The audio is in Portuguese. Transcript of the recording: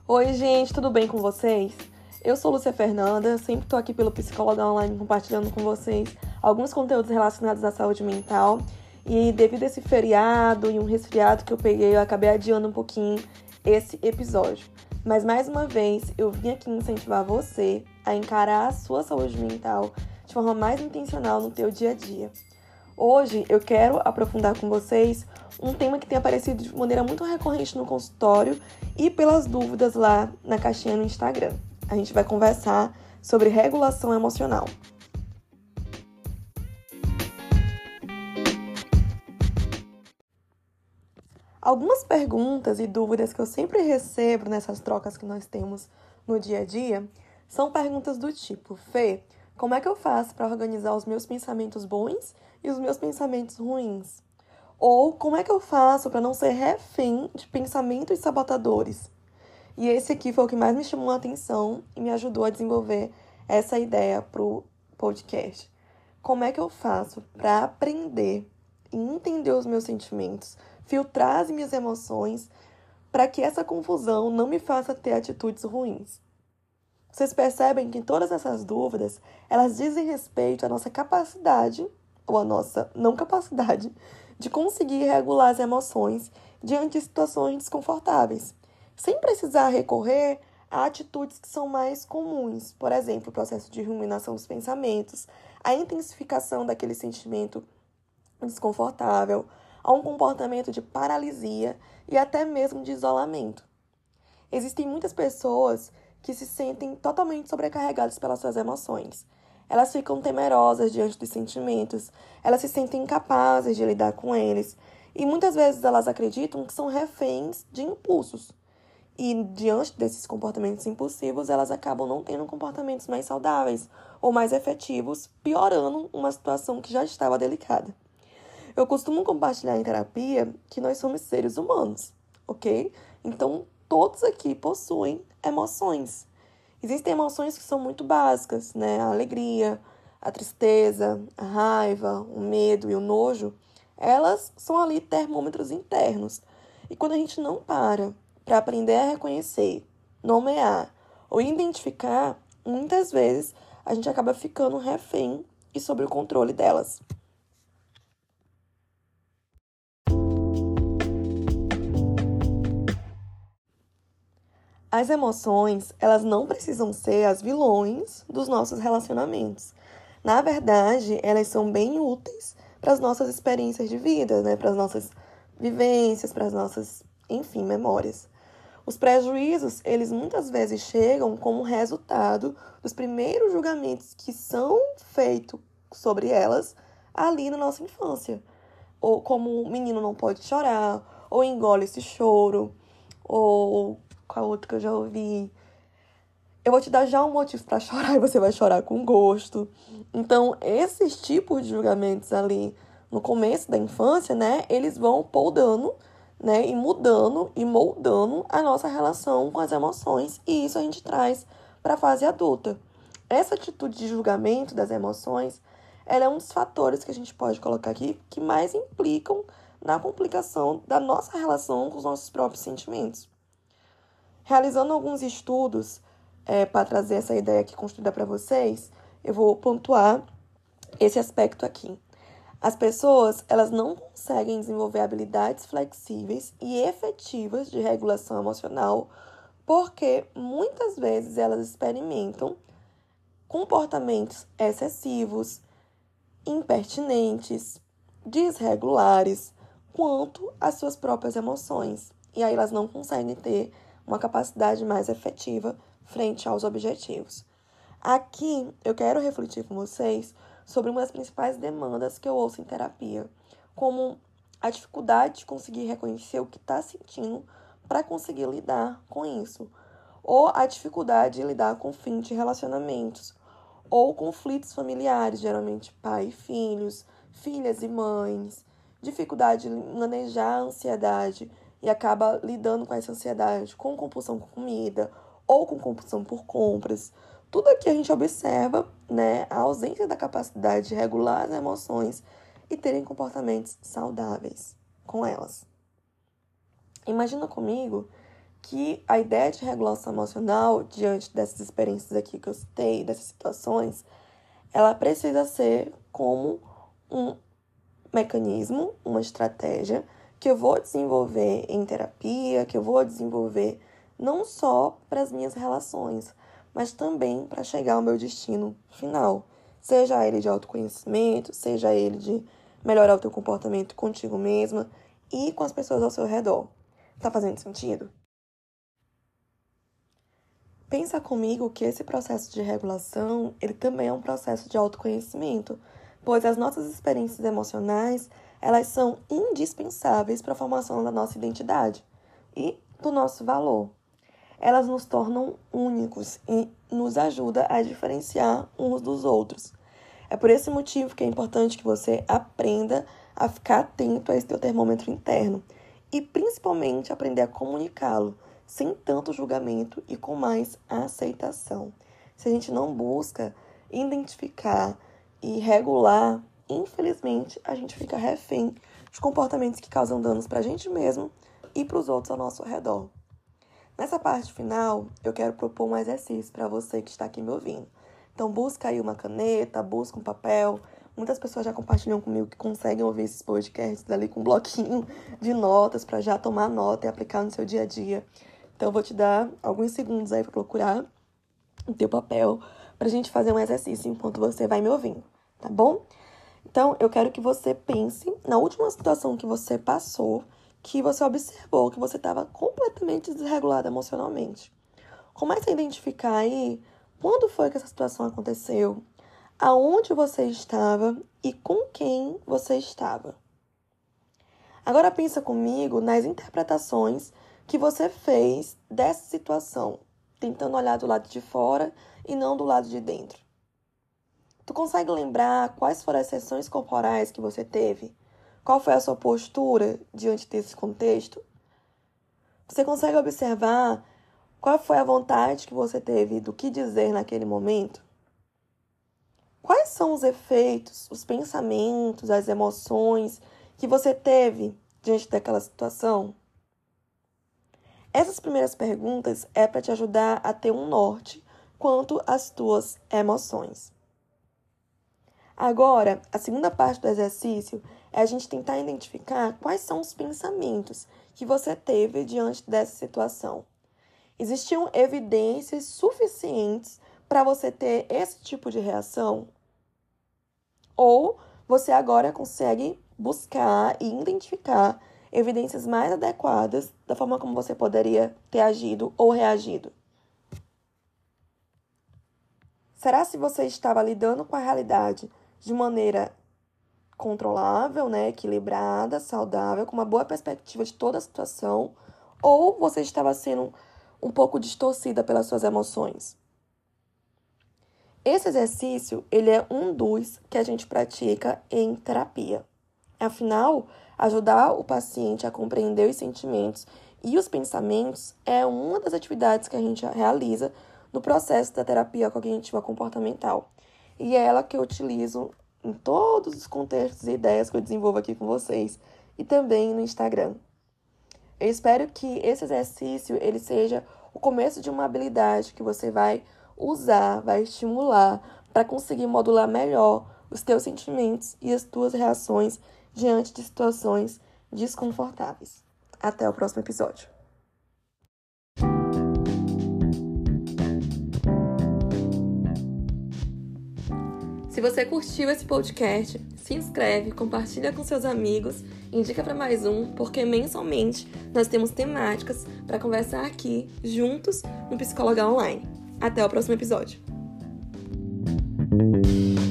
Oi, gente, tudo bem com vocês? Eu sou Lúcia Fernanda, sempre estou aqui pelo Psicóloga Online compartilhando com vocês alguns conteúdos relacionados à saúde mental. E devido a esse feriado e um resfriado que eu peguei, eu acabei adiando um pouquinho esse episódio. Mas mais uma vez, eu vim aqui incentivar você a encarar a sua saúde mental de forma mais intencional no teu dia a dia. Hoje eu quero aprofundar com vocês um tema que tem aparecido de maneira muito recorrente no consultório e pelas dúvidas lá na caixinha no Instagram. A gente vai conversar sobre regulação emocional. Algumas perguntas e dúvidas que eu sempre recebo nessas trocas que nós temos no dia a dia são perguntas do tipo: Fê, como é que eu faço para organizar os meus pensamentos bons e os meus pensamentos ruins? Ou como é que eu faço para não ser refém de pensamentos sabotadores? E esse aqui foi o que mais me chamou a atenção e me ajudou a desenvolver essa ideia para o podcast. Como é que eu faço para aprender e entender os meus sentimentos, filtrar as minhas emoções, para que essa confusão não me faça ter atitudes ruins? Vocês percebem que todas essas dúvidas, elas dizem respeito à nossa capacidade, ou à nossa não capacidade, de conseguir regular as emoções diante de situações desconfortáveis, sem precisar recorrer a atitudes que são mais comuns. Por exemplo, o processo de ruminação dos pensamentos, a intensificação daquele sentimento desconfortável, a um comportamento de paralisia e até mesmo de isolamento. Existem muitas pessoas que se sentem totalmente sobrecarregadas pelas suas emoções. Elas ficam temerosas diante dos sentimentos, elas se sentem incapazes de lidar com eles, e muitas vezes elas acreditam que são reféns de impulsos. E diante desses comportamentos impulsivos, elas acabam não tendo comportamentos mais saudáveis ou mais efetivos, piorando uma situação que já estava delicada. Eu costumo compartilhar em terapia que nós somos seres humanos, ok? Então, todos aqui possuem emoções. Existem emoções que são muito básicas, né? A alegria, a tristeza, a raiva, o medo e o nojo, elas são ali termômetros internos. E quando a gente não para aprender a reconhecer, nomear ou identificar, muitas vezes a gente acaba ficando refém e sob o controle delas. As emoções, elas não precisam ser as vilões dos nossos relacionamentos. Na verdade, elas são bem úteis para as nossas experiências de vida, né? Para as nossas vivências, para as nossas, enfim, memórias. Os prejuízos, eles muitas vezes chegam como resultado dos primeiros julgamentos que são feitos sobre elas ali na nossa infância. Ou como o menino não pode chorar, ou engole esse choro, ou qual outro que eu já ouvi? Eu vou te dar já um motivo para chorar e você vai chorar com gosto. Então, esses tipos de julgamentos ali no começo da infância, né, eles vão podando, né, e mudando e moldando a nossa relação com as emoções, e isso a gente traz para a fase adulta. Essa atitude de julgamento das emoções, ela é um dos fatores que a gente pode colocar aqui que mais implicam na complicação da nossa relação com os nossos próprios sentimentos. Realizando alguns estudos para trazer essa ideia aqui construída para vocês, eu vou pontuar esse aspecto aqui. As pessoas, elas não conseguem desenvolver habilidades flexíveis e efetivas de regulação emocional porque muitas vezes elas experimentam comportamentos excessivos, impertinentes, desregulares quanto às suas próprias emoções. E aí elas não conseguem ter uma capacidade mais efetiva frente aos objetivos. Aqui eu quero refletir com vocês sobre uma das principais demandas que eu ouço em terapia, como a dificuldade de conseguir reconhecer o que está sentindo para conseguir lidar com isso, ou a dificuldade de lidar com fim de relacionamentos, ou conflitos familiares, geralmente pai e filhos, filhas e mães, dificuldade de manejar a ansiedade e acaba lidando com essa ansiedade com compulsão com comida ou com compulsão por compras. Tudo aqui a gente observa, né, a ausência da capacidade de regular as emoções e terem comportamentos saudáveis com elas. Imagina comigo que a ideia de regulação emocional, diante dessas experiências aqui que eu citei, dessas situações, ela precisa ser como um mecanismo, uma estratégia que eu vou desenvolver em terapia, que eu vou desenvolver não só para as minhas relações, mas também para chegar ao meu destino final. Seja ele de autoconhecimento, seja ele de melhorar o teu comportamento contigo mesma e com as pessoas ao seu redor. Tá fazendo sentido? Pensa comigo que esse processo de regulação, ele também é um processo de autoconhecimento, pois as nossas experiências emocionais, elas são indispensáveis para a formação da nossa identidade e do nosso valor. Elas nos tornam únicos e nos ajudam a diferenciar uns dos outros. É por esse motivo que é importante que você aprenda a ficar atento a esse teu termômetro interno e principalmente aprender a comunicá-lo sem tanto julgamento e com mais aceitação. Se a gente não busca identificar e regular, infelizmente a gente fica refém de comportamentos que causam danos para a gente mesmo e para os outros ao nosso redor. Nessa parte final, eu quero propor um exercício para você que está aqui me ouvindo. Então, busca aí uma caneta, busca um papel. Muitas pessoas já compartilham comigo que conseguem ouvir esses podcasts ali com um bloquinho de notas para já tomar nota e aplicar no seu dia a dia. Então, eu vou te dar alguns segundos aí para procurar o teu papel para a gente fazer um exercício enquanto você vai me ouvindo, tá bom? Então, eu quero que você pense na última situação que você passou, que você observou que você estava completamente desregulado emocionalmente. Comece a identificar aí quando foi que essa situação aconteceu, aonde você estava e com quem você estava. Agora pensa comigo nas interpretações que você fez dessa situação, tentando olhar do lado de fora e não do lado de dentro. Tu consegue lembrar quais foram as sensações corporais que você teve? Qual foi a sua postura diante desse contexto? Você consegue observar qual foi a vontade que você teve do que dizer naquele momento? Quais são os efeitos, os pensamentos, as emoções que você teve diante daquela situação? Essas primeiras perguntas é para te ajudar a ter um norte quanto às tuas emoções. Agora, a segunda parte do exercício é a gente tentar identificar quais são os pensamentos que você teve diante dessa situação. Existiam evidências suficientes para você ter esse tipo de reação? Ou você agora consegue buscar e identificar evidências mais adequadas da forma como você poderia ter agido ou reagido? Será se você estava lidando com a realidade de maneira controlável, equilibrada, saudável, com uma boa perspectiva de toda a situação, ou você estava sendo um pouco distorcida pelas suas emoções? Esse exercício, ele é um dos que a gente pratica em terapia. Afinal, ajudar o paciente a compreender os sentimentos e os pensamentos é uma das atividades que a gente realiza no processo da terapia cognitiva comportamental. E é ela que eu utilizo em todos os contextos e ideias que eu desenvolvo aqui com vocês e também no Instagram. Eu espero que esse exercício ele seja o começo de uma habilidade que você vai usar, vai estimular para conseguir modular melhor os teus sentimentos e as tuas reações diante de situações desconfortáveis. Até o próximo episódio. Se você curtiu esse podcast, se inscreve, compartilha com seus amigos, indica para mais um, porque mensalmente nós temos temáticas para conversar aqui juntos no Psicóloga Online. Até o próximo episódio.